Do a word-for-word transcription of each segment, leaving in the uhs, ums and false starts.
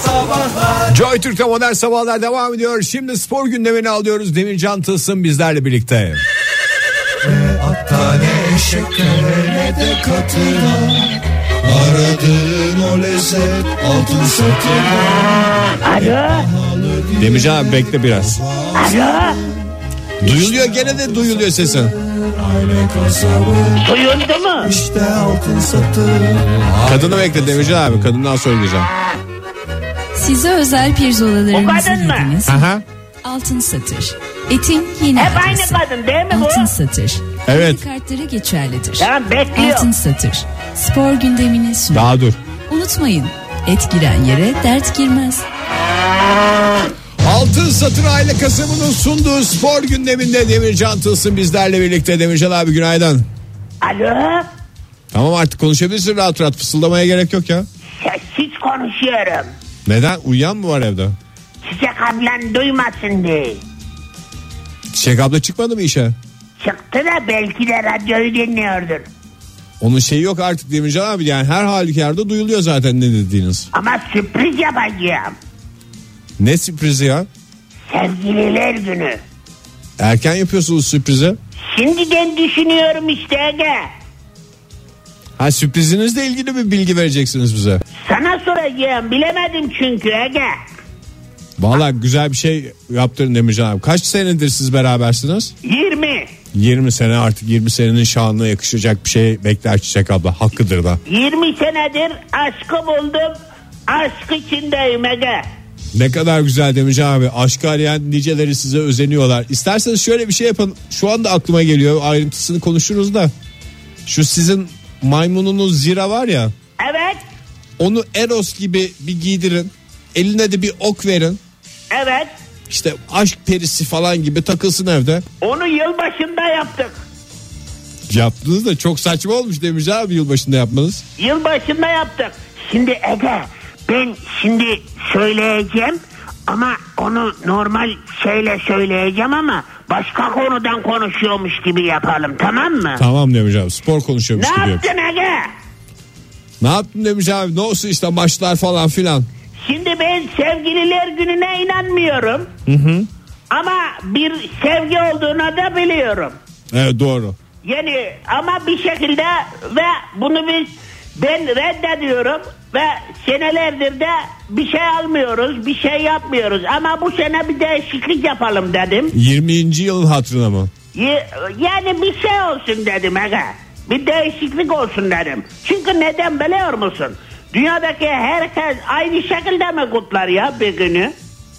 Sabahlar. Joy Türk'te Modern Sabahlar devam ediyor. Şimdi spor gündemini alıyoruz. Demircan Tılsım bizlerle birlikte. Hatta ne eşeklere ne de katına, aradığın o lezzet altın satına. Alo. Demircan abi bekle biraz. Alo. Duyuluyor, gene de duyuluyor sesin. Aile kasabı. Duyuldu mu? İşte altın satır. Kadını bekle Demircan abi, kadından söyleyeceğim. Size özel pirzolalarımızı O kadın mı? yediniz. Aha. Altın Satır. Etin yeni Hep aynı adresi. kadın değil mi bu? Altın Satır. Evet. Kredi kartları geçerlidir. Tamam, bekliyorum. Altın Satır. Spor gündemini sunar. Daha dur. Unutmayın, et giren yere dert girmez. Altın Satır Aile Kasabı'nın sunduğu spor gündeminde Demircan Tılsım bizlerle birlikte. Demircan abi günaydın. Alo. Tamam, artık konuşabilirsin rahat rahat, fısıldamaya gerek yok ya. Sessiz konuşuyorum. Neden? Uyuyan mı var evde? Çiçek ablan duymasın diye. Çiçek abla çıkmadı mı işe? Çıktı da belki de radyoyu dinliyordur. Onun şeyi yok artık Demircan abi, yani her halükarda duyuluyor zaten ne dediğiniz. Ama sürpriz yapacağım. Ne sürprizi ya? Sevgililer günü. Erken yapıyorsunuz sürprizi. Şimdiden düşünüyorum işte Ege. Ha, sürprizinizle ilgili bir bilgi vereceksiniz bize. Sana soracağım, bilemedim çünkü Ege. Vallahi güzel bir şey yaptırın Demircan abi. Kaç senedir siz berabersiniz? yirmi. yirmi sene, artık yirmi senenin şanına yakışacak bir şey bekler Çiçek abla. Hakkıdır da. yirmi senedir aşkı buldum. Aşk içindeyim Ege. Ne kadar güzel Demircan abi. Aşkı arayan niceleri size özeniyorlar. İsterseniz şöyle bir şey yapın. Şu anda aklıma geliyor. Ayrıntısını konuşuruz da. Şu sizin maymununuz Zira var ya. Evet. Onu Eros gibi bir giydirin. Eline de bir ok verin. Evet. İşte aşk perisi falan gibi takılsın evde. Onu yılbaşında yaptık. Yaptınız da çok saçma olmuş Demircan abi yılbaşında yapmanız. Yılbaşında yaptık. Şimdi Ege, ben şimdi söyleyeceğim ama onu normal şeyle söyleyeceğim ama başka konudan konuşuyormuş gibi yapalım, tamam mı? Tamam Demircan abi, spor konuşuyormuş Ne gibi. yaptın Ege? Ne yaptın Demircan abi, ne olsun işte maçlar falan filan. Şimdi ben sevgililer gününe inanmıyorum. Hı hı. Ama bir sevgi olduğuna da biliyorum. Evet, doğru. Yani ama bir şekilde ve bunu biz ben reddediyorum ve senelerdir de bir şey almıyoruz, bir şey yapmıyoruz ama bu sene bir değişiklik yapalım dedim. yirminci yılın hatırına mı? Y- Yani bir şey olsun dedim aga. Bir değişiklik olsun dedim. Çünkü neden biliyor musun? Dünyadaki herkes aynı şekilde mi kutlar ya bir günü?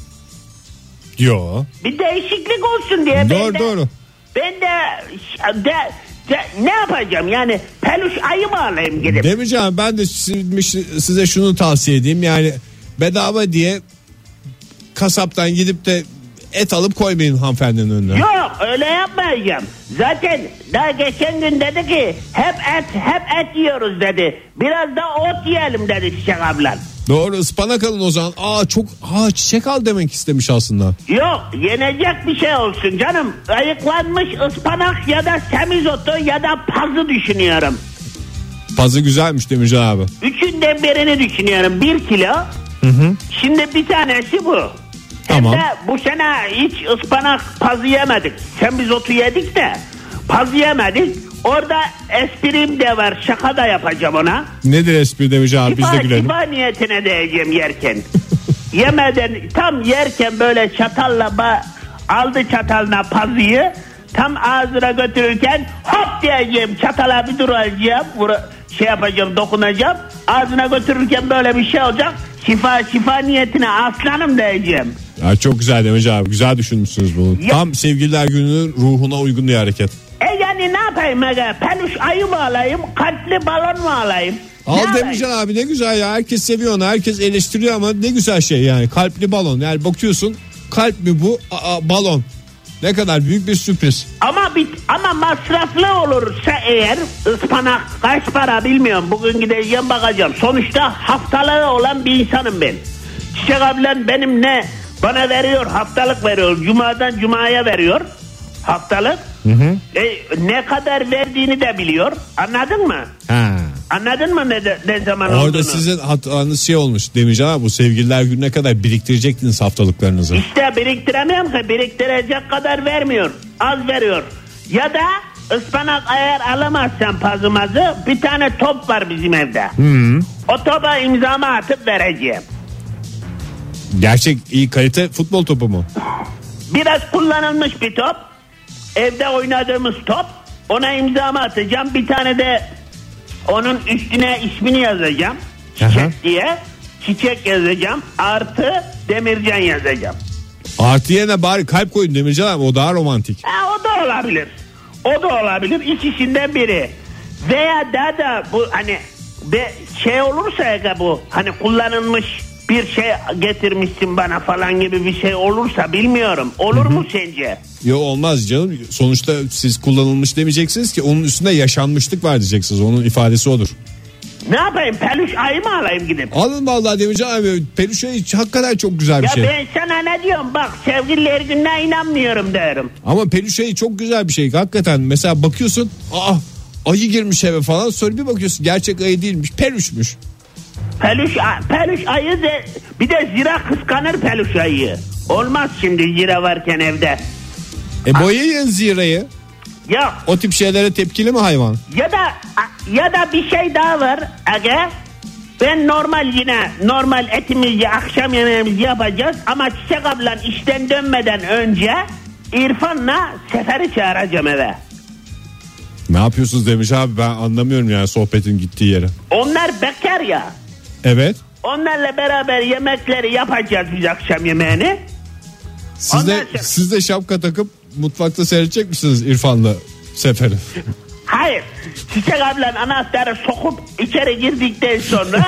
Yo. Bir değişiklik olsun diye. Doğru, ben de, doğru. Ben de, de, de ne yapacağım yani, peluş ayı mı alayım gidip? Demircan abi, ben de size şunu tavsiye edeyim. Yani bedava diye kasaptan gidip de et alıp koymayın hanımefendinin önüne. Yok, öyle yapmayacağım. Zaten daha geçen gün dedi ki hep et hep et yiyoruz dedi. Biraz da ot yiyelim dedi Çiçek ablan. Doğru, ıspanak alın o zaman. Aa çok aa çiçek al demek istemiş aslında. Yok, yenecek bir şey olsun canım. Ayıklanmış ıspanak ya da semizotu ya da pazı düşünüyorum. Pazı güzelmiş Demircan abi. Üçünden birini düşünüyorum. Bir kilo. Hı hı. Şimdi bir tanesi bu. Tamam. Hem de bu sene hiç ıspanak pazı yemedik. Semizotu yedik de pazı yemedik. Orada esprim de var. Şaka da yapacağım ona. Nedir espri Demircan abi, biz de Şifa, gülelim. şifa niyetine diyeceğim yerken. Yemeden tam yerken böyle çatalla ba- aldı çatalına pazıyı. Tam ağzına götürürken hop diyeceğim, çatala bir duracağım. Vura, şey yapacağım, dokunacağım. Ağzına götürürken böyle bir şey olacak. Şifa şifa niyetine aslanım diyeceğim. Ya çok güzel Demircan abi, güzel düşünmüşsünüz bunu. Ya. Tam sevgililer gününün ruhuna uygun bir hareket. E yani ne yapayım aga? Peluş ayı mı alayım? Kalpli balon mu alayım? Al Ne Demircan abi, ne güzel ya, herkes seviyor onu, herkes eleştiriyor ama ne güzel şey yani, kalpli balon. Yani bakıyorsun, kalp mi bu? Aa, balon. Ne kadar büyük bir sürpriz. Ama bit ama masraflı olursa eğer, ıspanak kaç para bilmiyorum. Bugün gideceğim bakacağım. Sonuçta haftalığı olan bir insanım ben. Çiçek ablan benim ne bana veriyor, haftalık veriyor. Cuma'dan Cuma'ya veriyor haftalık. Hı hı. E, ne kadar verdiğini de biliyor. Anladın mı? Ha. Anladın mı ne, de, ne zaman Orada olduğunu? sizin hatanız şey olmuş Demircan abi, bu sevgililer gününe kadar biriktirecektiniz haftalıklarınızı. İşte biriktiremiyorum ki, biriktirecek kadar vermiyor. Az veriyor. Ya da ıspanak eğer alamazsam pazımazı, bir tane top var bizim evde. Hmm. O topa imzamı atıp vereceğim. Gerçek iyi kalite futbol topu mu? Biraz kullanılmış bir top. Evde oynadığımız top. Ona imzamı atacağım. Bir tane de onun üstüne ismini yazacağım. Çiçek Aha. diye. Çiçek yazacağım. Artı Demircan yazacağım. Artı yerine bari kalp koyun Demircan abi, o daha romantik. Ha, o da olabilir. O da olabilir. İkisinden biri. Veya daha da bu hani be, şey olursa ya, bu hani kullanılmış bir şey getirmişsin bana falan gibi bir şey olursa, bilmiyorum. Olur mu sence? Yok, olmaz canım. Sonuçta siz kullanılmış demeyeceksiniz ki, onun üstünde yaşanmışlık var diyeceksiniz. Onun ifadesi odur. Ne yapayım, peluş ayı mı alayım gidip? Alın vallahi Demircan abi, peluş ayı hakikaten çok güzel bir Ya şey. ben sana ne diyorum, bak sevgililer gününe inanmıyorum derim. Ama peluş ayı çok güzel bir şey hakikaten. Mesela bakıyorsun, aa ayı girmiş eve falan, sonra bir bakıyorsun gerçek ayı değilmiş, peluşmuş. Peluş, peluş ayı de, bir de zira kıskanır peluş ayıyı. Olmaz şimdi zira varken evde. E boyayın zirayı. Yok. O tip şeylere tepkili mi hayvan? Ya da ya da bir şey daha var aga. Ben normal yine normal etimizi, akşam yemeğimizi yapacağız ama Çiçek ablan işten dönmeden önce İrfan'la Sefer'i çağıracağım eve. Ne yapıyorsunuz demiş abi, ben anlamıyorum yani sohbetin gittiği yere. Onlar bekar ya. Evet. Onlarla beraber yemekleri yapacağız biz, akşam yemeğini. Siz de, Ondan- siz de şapka takıp mutfakta seyredecek misiniz İrfan'la Sefer'i? Hayır. Çiçek ablan anahtarı sokup içeri girdikten sonra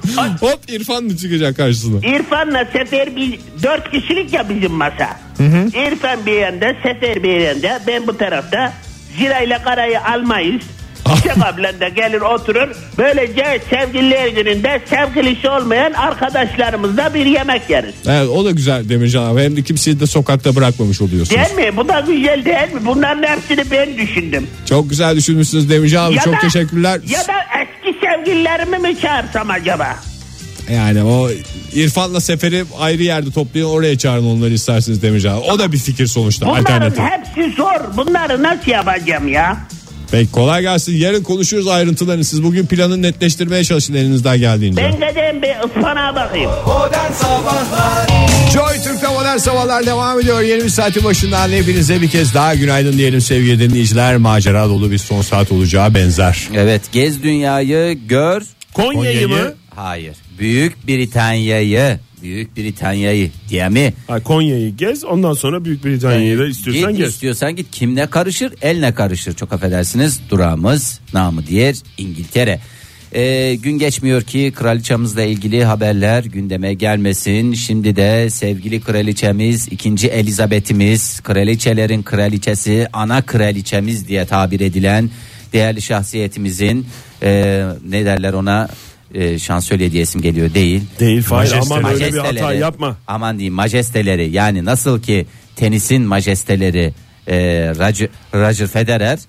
Hop İrfan mı çıkacak karşısına? İrfan'la Sefer, bir dört kişilik ya bizim masa. Hı hı. İrfan bir yanda, Sefer bir yanda, ben bu tarafta. Zira ile Kara'yı almayız. Çiçek ablan da gelir oturur. Böylece sevgililer gününde sevgilisi olmayan arkadaşlarımızla bir yemek yeriz. Evet, o da güzel Demircan abi. Hem de kimseyi de sokakta bırakmamış oluyorsunuz. Değil mi? Bu da güzel değil mi? Bunların hepsini ben düşündüm. Çok güzel düşünmüşsünüz Demircan abi. Ya Çok da- teşekkürler. Ya da eski sevgililerimi mi çağırsam acaba? Yani o İrfan'la Sefer'i ayrı yerde toplayın, oraya çağırın onları isterseniz Demircan abi. O da bir fikir sonuçta. Bunların Alternatif. hepsi zor. Bunları nasıl yapacağım ya? Peki, kolay gelsin. Yarın konuşuruz ayrıntılarını. Siz bugün planı netleştirmeye çalışın elinizden geldiğince. Ben gideyim bir ıspanağa bakayım. Modern Sabahlar. Joy Türk'te Modern Sabahlar devam ediyor. Yeni bir saatin başından hepinize bir kez daha günaydın diyelim sevgili dinleyiciler. Macera dolu bir son saat olacağı benzer. Evet, gez dünyayı, gör Konya'yı mı? Hayır, Büyük Britanya'yı. Büyük Britanya'yı diye mi? Ha, Konya'yı gez, ondan sonra Büyük Britanya'yı da istiyorsan Git gez. istiyorsan git. Kim ne karışır, el ne karışır. Çok affedersiniz, durağımız namı diğer İngiltere. Ee, gün geçmiyor ki kraliçemizle ilgili haberler gündeme gelmesin. Şimdi de sevgili kraliçemiz, ikinci Elizabeth'imiz, kraliçelerin kraliçesi, ana kraliçemiz diye tabir edilen değerli şahsiyetimizin e, ne derler ona, e, şansölye diye isim geliyor değil. Değil Fahir, Majeste- aman öyle bir hata Majesteleri, yapma. Aman diyeyim, majesteleri, yani nasıl ki tenisin majesteleri e, Roger, Roger Federer.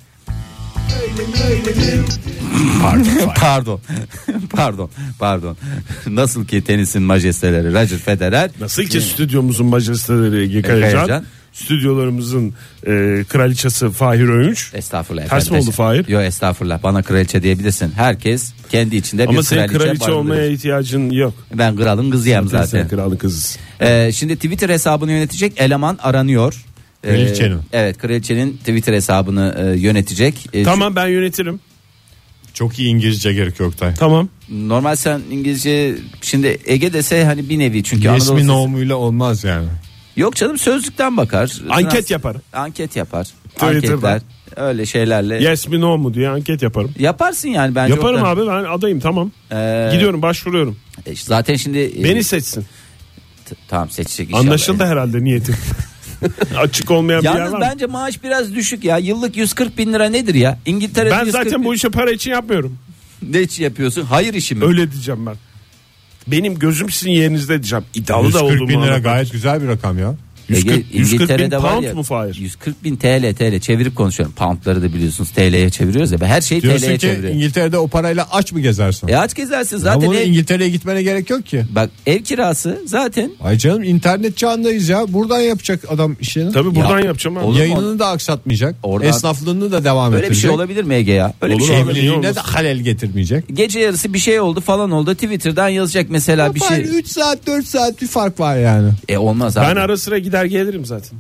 Pardon, pardon, pardon, pardon. Nasıl ki tenisin majesteleri Roger Federer. Nasıl ki stüdyomuzun majesteleri Ege Kayacan, Kayacan. stüdyolarımızın e, kraliçesi Fahir Öğünç. Estağfurullah Ters efendim. mi oldu Fahir? Yok estağfurullah, bana kraliçe diyebilirsin. Herkes kendi içinde Ama bir senin kraliçe, kraliçe barındırır. olmaya ihtiyacın yok. Ben kralın kızıyım Zaten zaten. sen kralın kızısın. Ee, şimdi Twitter hesabını yönetecek eleman aranıyor. Ee, Kraliçenin. Evet, kraliçenin Twitter hesabını e, yönetecek. E, Tamam, ben yönetirim. Çok iyi İngilizce gerek yok Oktay. Tamam. Normal sen İngilizce, şimdi Ege dese hani bir nevi, çünkü Yes Anadolu mi sesi- no mu'yla olmaz yani. Yok canım, sözlükten bakar. Anket Biraz- yaparım. Anket yapar. Twitter'da. Anketler öyle şeylerle. Yes mi no mu diye anket yaparım. Yaparsın yani bence. Yaparım Oktay. abi, ben adayım, tamam. Ee, Gidiyorum, başvuruyorum. e, Zaten şimdi e, Beni seçsin. t- tamam, seçecek inşallah. Anlaşıldı herhalde niyetim. Açık olmayan bir yer Yalnız var mı? bence maaş biraz düşük ya. Yıllık yüz kırk bin lira nedir ya? İngiltere'de Ben yüz kırk zaten bin... bu işi para için yapmıyorum. Ne için yapıyorsun? Hayır işi mi? Öyle diyeceğim ben. Benim gözüm sizin yerinizde diyeceğim. İddialı yüz da kırk olduğumu bin lira anlatmak gayet için. güzel bir rakam ya. yüz kırk, Ege, yüz kırk bin İngiltere'de var pound ya, mu Fahir? yüz kırk bin T L T L çevirip konuşuyorum. Poundları da biliyorsunuz T L'ye çeviriyoruz ya. Ben her şeyi T Diyorsun L'ye ki çeviriyorum. İngiltere'de o parayla aç mı gezersin? E aç gezersin Ama zaten. onun Ev, İngiltere'ye gitmene gerek yok ki. bak ev kirası zaten. Ay canım internet çağındayız ya. Buradan yapacak adam işini. Tabii buradan Ya, yapacağım abi. olur mu? Yayınını da aksatmayacak. Oradan- Esnaflığını da devam Böyle bir ettirecek. şey olabilir mi Ege ya? Öyle bir Olur şey. abi. niye Evliliğine olmasın? de halel getirmeyecek. Gece yarısı bir şey oldu falan oldu. Twitter'dan yazacak mesela bir şey. üç saat dört saat bir fark var yani. E olmaz abi. Ben ara sıra gider gelirim zaten.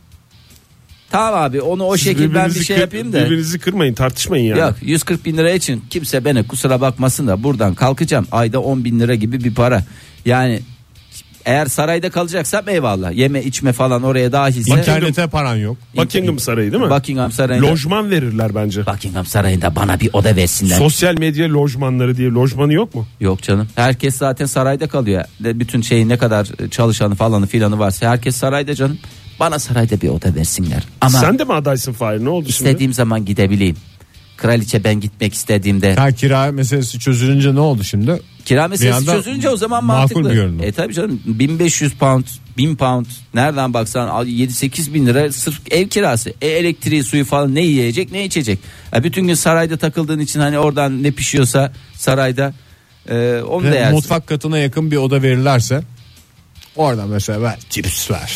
Tamam abi onu o Siz şekilde ben bir birbirinizi şey kır- yapayım da. Birbirinizi kırmayın, tartışmayın yani. Yok yüz kırk bin lira için kimse beni kusura bakmasın da buradan kalkacağım. Ayda on bin lira gibi bir para. Yani eğer sarayda kalacaksam eyvallah. Yeme içme falan oraya dahilse. İnternete paran yok. Buckingham Sarayı değil mi? Buckingham Sarayı'nda. Lojman verirler bence. Buckingham Sarayı'nda bana bir oda versinler. Sosyal medya lojmanları diye lojmanı yok mu? Yok canım. Herkes zaten sarayda kalıyor. De bütün şeyin ne kadar çalışanı falanı filanı varsa herkes sarayda canım. Bana sarayda bir oda versinler. Ama Sen de mi adaysın Fahir? Ne oldu şimdi? istediğim zaman gidebileyim. Kraliçe ben gitmek istediğimde. Ha, kira meselesi çözülünce ne oldu şimdi? Kira meselesi anda çözülünce o zaman makul mantıklı. bir görünüm. E tabii canım bin beş yüz pound, bin pound nereden baksan yedi sekiz bin lira sırf ev kirası. E elektriği, suyu falan ne yiyecek ne içecek. E bütün gün sarayda takıldığın için hani oradan ne pişiyorsa sarayda e, onu da Ve yersin. mutfak katına yakın bir oda verirlerse oradan mesela ver cips ver.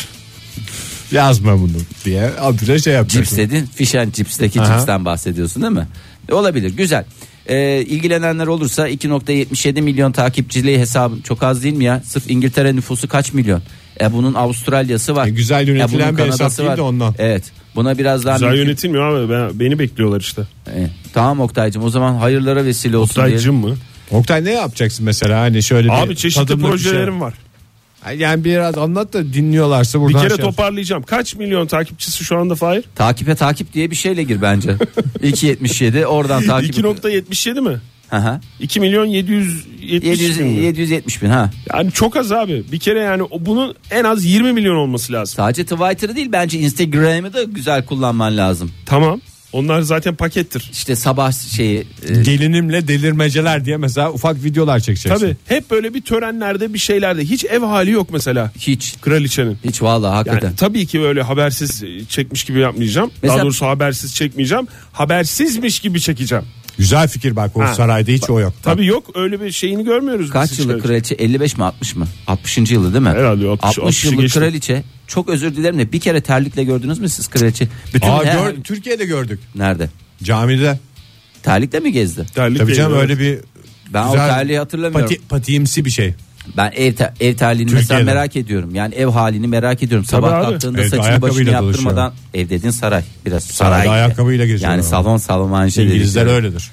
Yazma bunu diye habire şey yapacaksın. Cips dedin, fish and chips'teki Aha. cipsten bahsediyorsun değil mi? E, olabilir, güzel. E, ilgilenenler olursa iki nokta yetmiş yedi milyon takipçiliği hesabı çok az değil mi ya? Sırf İngiltere nüfusu kaç milyon? E bunun Avustralya'sı var. E, güzel yönetilen bunun bir hesap Kanada'sı değil de ondan. Evet. Buna biraz daha Güzel mümkün- yönetilmiyor abi. Ben, beni bekliyorlar işte. E, tamam Oktay'cım o zaman hayırlara vesile olsun Oktay'cım diyelim. mı? Oktay ne yapacaksın mesela hani şöyle Abi bir çeşitli tadımlık bir şey. projelerim var. Yani biraz anlat da dinliyorlarsa Bir buradan kere şey yap- toparlayacağım. Kaç milyon takipçisi şu anda Fahir? Takipe takip diye bir şeyle gir bence. iki yetmiş yedi oradan takip. iki nokta yetmiş yedi mi? Hı hı. iki milyon yedi yüz yetmiş yedi yüz, bin mi? yedi yüz yetmiş bin ha. Yani çok az abi. Bir kere yani o- bunun en az yirmi milyon olması lazım. Sadece Twitter'ı değil bence Instagram'ı da güzel kullanman lazım. Tamam. Onlar zaten pakettir. İşte sabah şeyi e, gelinimle delirmeceler diye mesela ufak videolar çekeceksin. Tabii. Hep böyle bir törenlerde bir şeylerde. Hiç ev hali yok mesela. hiç Kraliçenin. hiç vallahi hakikaten. Yani tabii ki öyle habersiz çekmiş gibi yapmayacağım. Mesela- Daha doğrusu habersiz çekmeyeceğim. Habersizmiş gibi çekeceğim. Güzel fikir bak o Ha. sarayda hiç o yok. Tabii yok öyle bir şeyini görmüyoruz. Kaç biz yıllık hiç. kraliçe? elli beş mi altmış mı? altmışıncı yılı değil mi? Herhalde altmış, altmışı yıllık geçti. kraliçe. Çok özür dilerim de bir kere terlikle gördünüz mü siz kraliçe? Bütün Aa, her- gör, Türkiye'de gördük. Nerede? Camide. Terlikle mi gezdi? Terlik Tabii değil, canım evet. öyle bir Ben o güzel terliği hatırlamıyorum. pati, patiğimsi bir şey. Ben ev, te- ev terliğini mesela Türkiye'de. merak ediyorum. Yani ev halini merak ediyorum. Sabah abi. kalktığında Evde saçını başını ayakkabıyla yaptırmadan ev dediğin saray. Biraz Sarayda saray. gibi. ayakkabıyla geziyorlar Yani ama. salon salon şey İngilizler dedikleri. öyledir.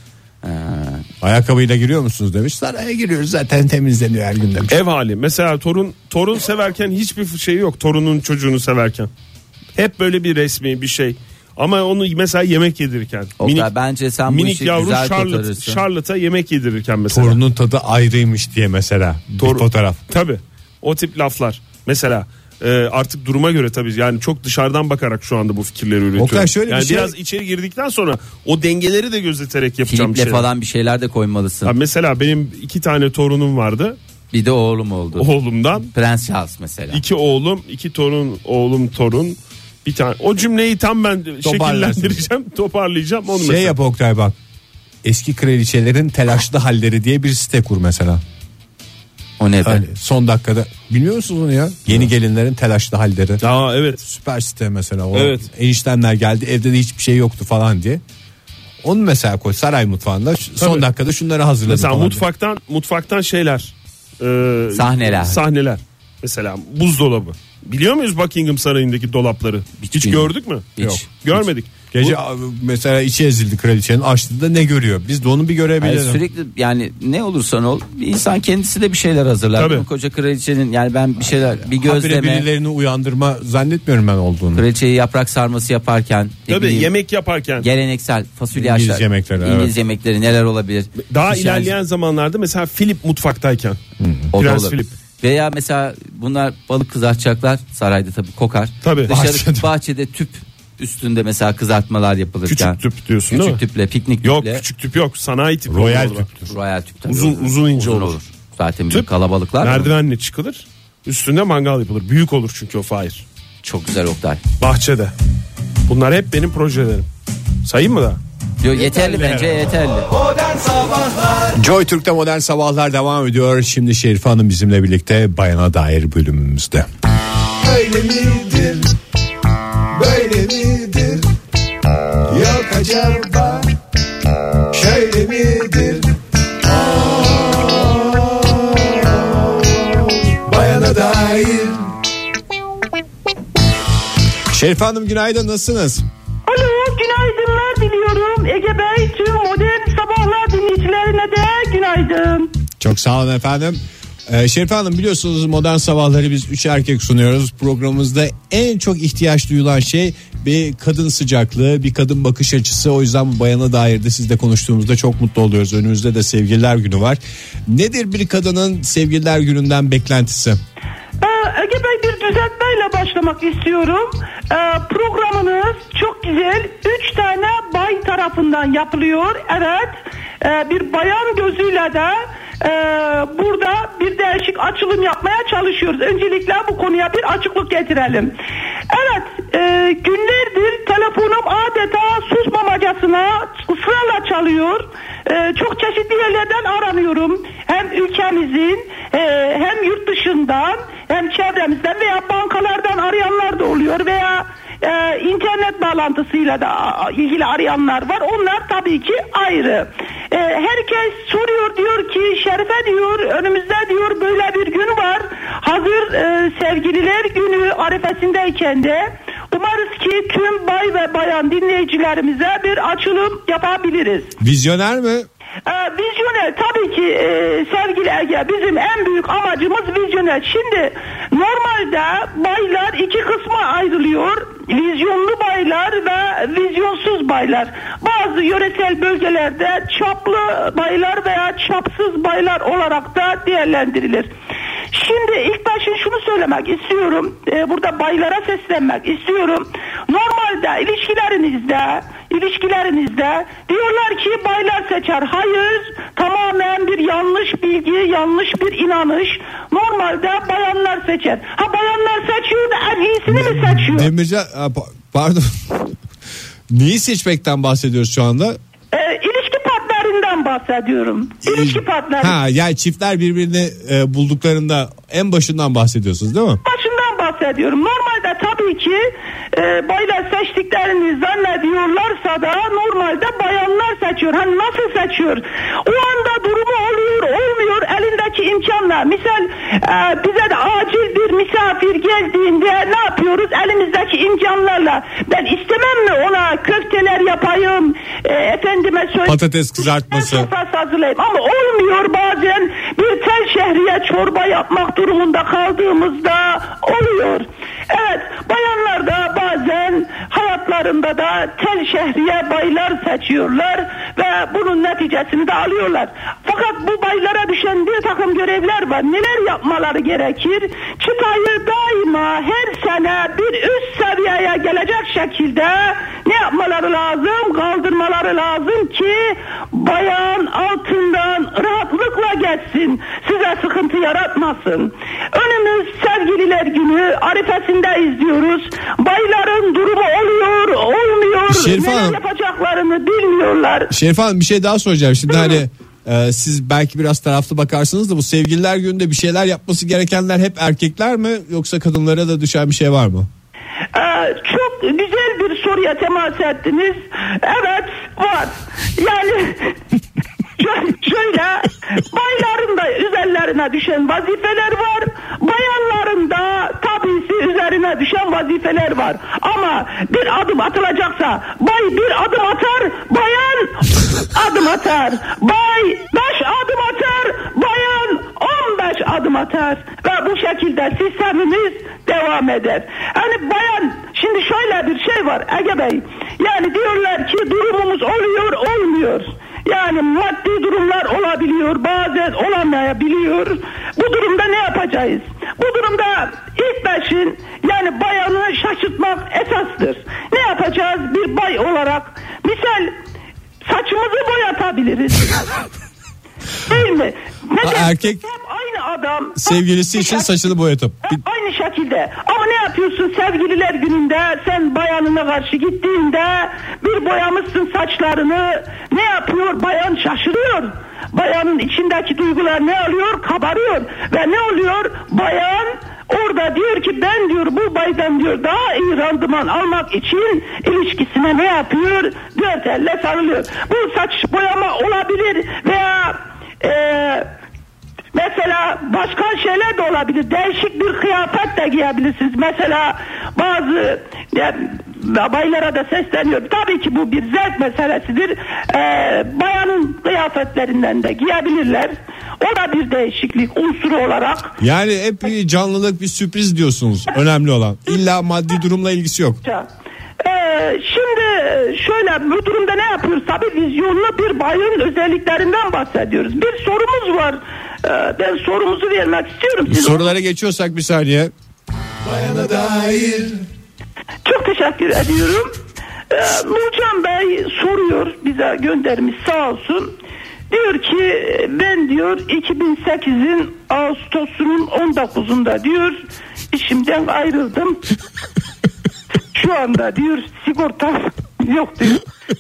Ayakkabıyla giriyor musunuz demiş. Saraya giriyoruz zaten temizleniyor her gün demiş. Ev hali. Mesela torun torun severken hiçbir şey yok. Torunun çocuğunu severken. Hep böyle bir resmi bir şey. Ama onu mesela yemek yedirirken. Oktay, bence sen bu minik işi yavru güzel Charlotte, kurtarırsın. Charlotte'a yemek yedirirken mesela. Torunun tadı ayrıymış diye mesela Tor- bir fotoğraf. Tabii. O tip laflar. Mesela e, artık duruma göre tabii yani çok dışarıdan bakarak şu anda bu fikirleri üretiyorum. Oktay, şöyle bir yani şey- biraz içeri girdikten sonra o dengeleri de gözeterek yapacağım bir Filiple şey. falan bir şeyler de koymalısın. Ha, mesela benim iki tane torunum vardı. Bir de oğlum oldu. Oğlumdan Prens Charles mesela. iki oğlum, iki torun, oğlum torun. Bir tane. O cümleyi tam ben şekillendireceğim, toparlayacağım onu Şey mesela. yap Oktay bak. Eski kraliçelerin telaşlı halleri diye bir site kur mesela. O ne be? Hani son dakikada bilmiyor musunuz onu ya? Yeni gelinlerin telaşlı halleri. Aa evet. Süper site mesela. O Evet. eniştemler geldi evde de hiçbir şey yoktu falan diye. Onu mesela koy saray mutfağında şu- son Tabii. dakikada şunları hazırladım Mesela falan diye. mutfaktan mutfaktan şeyler. e, Sahneler. Sahneler. Mesela buzdolabı. Biliyor muyuz Buckingham Sarayı'ndaki dolapları? Hiç Hiç, bilmiyorum. gördük mü? Hiç. Yok. Görmedik. Gece Bu- abi, mesela içi ezildi kraliçenin açtığında ne görüyor? Biz de onu bir Hayır, görebiliriz. sürekli yani ne olursan ol bir insan kendisi de bir şeyler hazırlar. Tabii. Değil mi? Koca kraliçenin yani ben bir şeyler bir Habire gözleme birilerini uyandırma zannetmiyorum ben olduğunu. kraliçeyi yaprak sarması yaparken ne Tabii bileyim, yemek yaparken. geleneksel fasulye İngiliz haşlar. yemekleri, İngiliz evet. yemekleri neler olabilir? Daha Pişer- ilerleyen zamanlarda mesela Philip mutfaktayken. o da Prens olur. Philip. Veya mesela bunlar balık kızartacaklar sarayda tabii kokar. Tabii. Dışarı Bahçede. bahçede tüp üstünde mesela kızartmalar yapılırken. Küçük tüp diyorsun değil Küçük mi? tüple piknik Yok tüple. küçük tüp yok. Sanayi tipi. Royal olur orada. tüptür. Royal tüp tabii. Uzun- uzun ince olur. Zaten Tüp, büyük kalabalıklar. Merdivenle çıkılır. Üstünde mangal yapılır. Büyük olur çünkü o Fahir. Çok güzel Oktay. Bahçede. Bunlar hep benim projelerim. Sayayım mı da? Yok, yeterli bence yeterli. Joy Türk'te Modern Sabahlar devam ediyor. Şimdi Şerife Hanım bizimle birlikte bayana dair bölümümüzde. Öyle midir? Böyle midir? Yok acaba şöyle midir? Aa, bayana dair. Şerife Hanım günaydın, nasılsınız? Alo, günaydınlar diliyorum. Ege Bey, tüm Modern Sabahlar dinleyicilerine de günaydın. Çok sağ olun efendim. Ee, Şerife Hanım, biliyorsunuz Modern Sabahları biz üç erkek sunuyoruz. Programımızda en çok ihtiyaç duyulan şey bir kadın sıcaklığı, bir kadın bakış açısı. O yüzden bu bayana dair de sizle konuştuğumuzda çok mutlu oluyoruz. Önümüzde de Sevgililer Günü var. Nedir bir kadının Sevgililer Günü'nden beklentisi? Ee, Ege Bey, bir düzeltmeyle başlamak istiyorum. Ee, programınız çok güzel. Üç tane bay tarafından yapılıyor. Evet, ee, bir bayan gözüyle de Ee, burada bir değişik açılım yapmaya çalışıyoruz. Öncelikle bu konuya bir açıklık getirelim. Evet, e, günlerdir telefonum adeta susmamacasına ısrarla çalıyor. E, çok çeşitli yerlerden aranıyorum. Hem ülkemizin e, hem yurt dışından hem çevremizden veya bankalardan arayanlar da oluyor veya Ee, internet bağlantısıyla da ilgili arayanlar var. Onlar tabii ki ayrı. Ee, herkes soruyor, diyor ki Şerife diyor, önümüzde diyor böyle bir gün var. Hazır e, Sevgililer Günü arifesindeyken de umarız ki tüm bay ve bayan dinleyicilerimize bir açılım yapabiliriz. Vizyoner mi? Ee, vizyoner tabii ki e, sevgili Ege, bizim en büyük amacımız vizyoner. Şimdi normalde baylar iki kısma ayrılıyor. Vizyonlu baylar ve vizyonsuz baylar. Bazı yöresel bölgelerde çaplı baylar veya çapsız baylar olarak da değerlendirilir. Şimdi ilk başta şunu söylemek istiyorum. Ee, burada baylara seslenmek istiyorum. Normalde ilişkilerinizde ilişkilerinizde diyorlar ki baylar seçer. Hayır, tamamen bir yanlış bilgi, yanlış bir inanış. Normalde bayanlar seçer. Ha, bayanlar seçiyor da en iyisini mi seçiyor? Demircan, pardon. Neyi seçmekten bahsediyoruz şu anda? Ee, ilişki partnerinden bahsediyorum. İlişki partneri. Ha, yani çiftler birbirini e, bulduklarında en başından bahsediyorsunuz değil mi? Başından bahsediyorum. Normalde tabii ki e, baylar seçtiklerini zannediyorlarsa da normalde bayanlar seçiyor. Hani nasıl seçiyor? O anda durumu oluyor, olmuyor, elindeki imkanla. Misal e, bize de acil bir misafir geldiğinde ne yapıyoruz? Elimizdeki imkanlarla. Ben istemem mi ona köfteler yapayım, e, efendime söyleyeyim, patates kızartması, sofrası hazırlayayım, ama olmuyor. Bazen bir tel şehriye çorba yapmak durumunda kaldığımızda oluyor. Evet, bayanlar da bazen hayatlarında da tel şehriye baylar seçiyorlar ve bunun neticesini de alıyorlar. Fakat bu baylara düşen bir takım görevler var. Neler yapmaları gerekir? Çıtayı daima her sene bir üst seviyeye gelecek şekilde ne yapmaları lazım? Kaldırmaları lazım ki bayan altından rahatlıkla geçsin, size sıkıntı yaratmasın. Önümüz Sevgililer Günü arifesinde izliyoruz. Bayların durumu oluyor, olmuyor. Şerife Neler Hanım, yapacaklarını bilmiyorlar. Şerife Hanım, bir şey daha soracağım. Şimdi hani e, siz belki biraz taraflı bakarsınız da bu Sevgililer Günü'nde bir şeyler yapması gerekenler hep erkekler mi, yoksa kadınlara da düşen bir şey var mı? Ee, çok güzel bir soruya temas ettiniz. Evet, var. Yani şöyle, bayların da üzerlerine düşen vazifeler var. Bayanların da tabisi üzerine düşen vazifeler var. Ama bir adım atılacaksa bay bir adım atar, bayan adım atar. Bay beş adım atar, bayan on beş adım atar. Ve bu şekilde sistemimiz devam eder. Hani bayan, şimdi şöyle bir şey var Ege Bey. Yani diyorlar ki durumumuz oluyor, olmuyor. Yani maddi durumlar olabiliyor, bazen olamayabiliyor. Bu durumda ne yapacağız? Bu durumda ilk başın, yani bayanı şaşırtmak esastır. Ne yapacağız bir bay olarak? Misal saçımızı boyatabiliriz. Değil mi? Neden? erkek Hep aynı adam. sevgilisi Bak, için bir saçını boyatıp. Hep aynı şekilde. Ama ne yapıyorsun sevgililer gününde sen bayanına karşı gittiğinde bir boyamışsın saçlarını. Ne yapıyor? Bayan şaşırıyor. Bayanın içindeki duygular ne oluyor? Kabarıyor. Ve ne oluyor? Bayan orada diyor ki ben diyor bu baydan diyor daha iyi randıman almak için ilişkisine ne yapıyor? Dört elle sarılıyor. Bu saç boyama olabilir veya eee mesela başka şeyler de olabilir. Değişik bir kıyafet de giyebilirsiniz. Mesela bazı ya, baylara da sesleniyor. Tabii ki bu bir zevk meselesidir. Ee, bayanın kıyafetlerinden de giyebilirler. O da bir değişiklik unsuru olarak. Yani hep bir canlılık, bir sürpriz diyorsunuz. Önemli olan. İlla maddi durumla ilgisi yok. Ee, şimdi şöyle bu durumda ne yapıyoruz? Tabii vizyonlu bir bayın özelliklerinden bahsediyoruz. Bir sorumuz var. Ee, ben sorumuzu vermek istiyorum. Siz Sorulara geçiyorsak bir saniye. Bayana dair. Çok teşekkür ediyorum. Ee, Nurcan Bey soruyor, bize göndermiş sağ olsun. Diyor ki ben diyor iki bin sekizin Ağustos'unun on dokuzunda diyor işimden ayrıldım. Şu anda diyor sigorta yok diyor.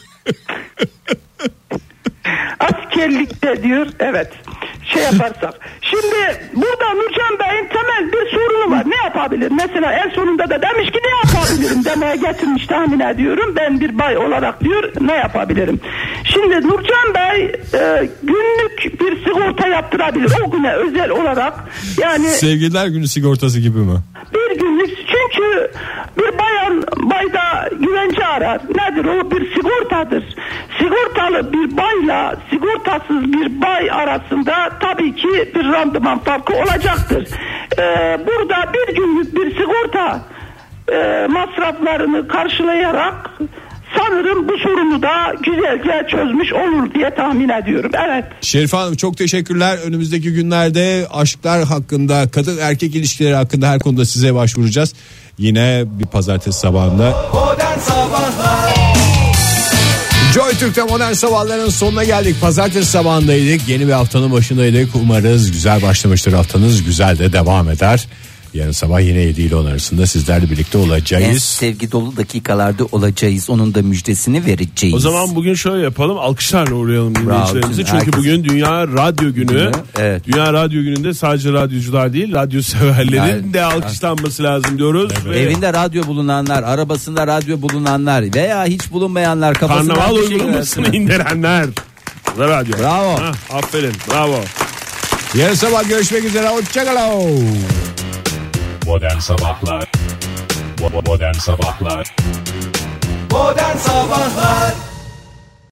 Askerlikte diyor evet şey yaparsak. Şimdi burada Nurcan Bey'in temel bir sorunu var. Ne yapabilir? Mesela en sonunda da demiş ki ne yapabilirim demeye getirmiş tahmin ediyorum. Ben bir bay olarak diyor ne yapabilirim? Şimdi Nurcan Bey e, günlük bir sigorta yaptırabilir. O güne özel olarak yani. Sevgililer günü sigortası gibi mi? Bir günlük çünkü bir bayan bayda güvence arar. Nedir o? Bir sigortadır. Sigortalı bir bayla sigortasız bir bay arasında tabii ki bir randıman farkı olacaktır. Ee, burada bir günlük bir sigorta e, masraflarını karşılayarak sanırım bu sorunu da güzelce çözmüş olur diye tahmin ediyorum. Evet. Şerife Hanım çok teşekkürler. Önümüzdeki günlerde aşklar hakkında, kadın erkek ilişkileri hakkında her konuda size başvuracağız. Yine bir pazartesi sabahında. Modern Sabahlar. Joy Türk'te modern sabahların sonuna geldik. Pazartesi sabahındaydık. Yeni bir haftanın başındaydık. Umarız güzel başlamıştır haftanız. Güzel de devam eder. Yarın sabah yine yedi ile on arasında sizlerle birlikte olacağız. En sevgi dolu dakikalarda olacağız. Onun da müjdesini vereceğiz. O zaman bugün şöyle yapalım. Alkışlarla uğrayalım dinleyicilerimizi. Çünkü herkes... bugün Dünya Radyo Günü. Günü evet. Dünya Radyo Günü'nde sadece radyocular değil, radyo severlerin yani, de alkışlanması lazım diyoruz. Evet. Ve... Evinde radyo bulunanlar, arabasında radyo bulunanlar veya hiç bulunmayanlar, kafasında Karnaval bir şey uygulamasını indirenler. Radyo. Bravo. Hah, aferin. Bravo. Yarın sabah görüşmek üzere. Hoşçakalın. Modern Sabahlar Modern Sabahlar Modern Sabahlar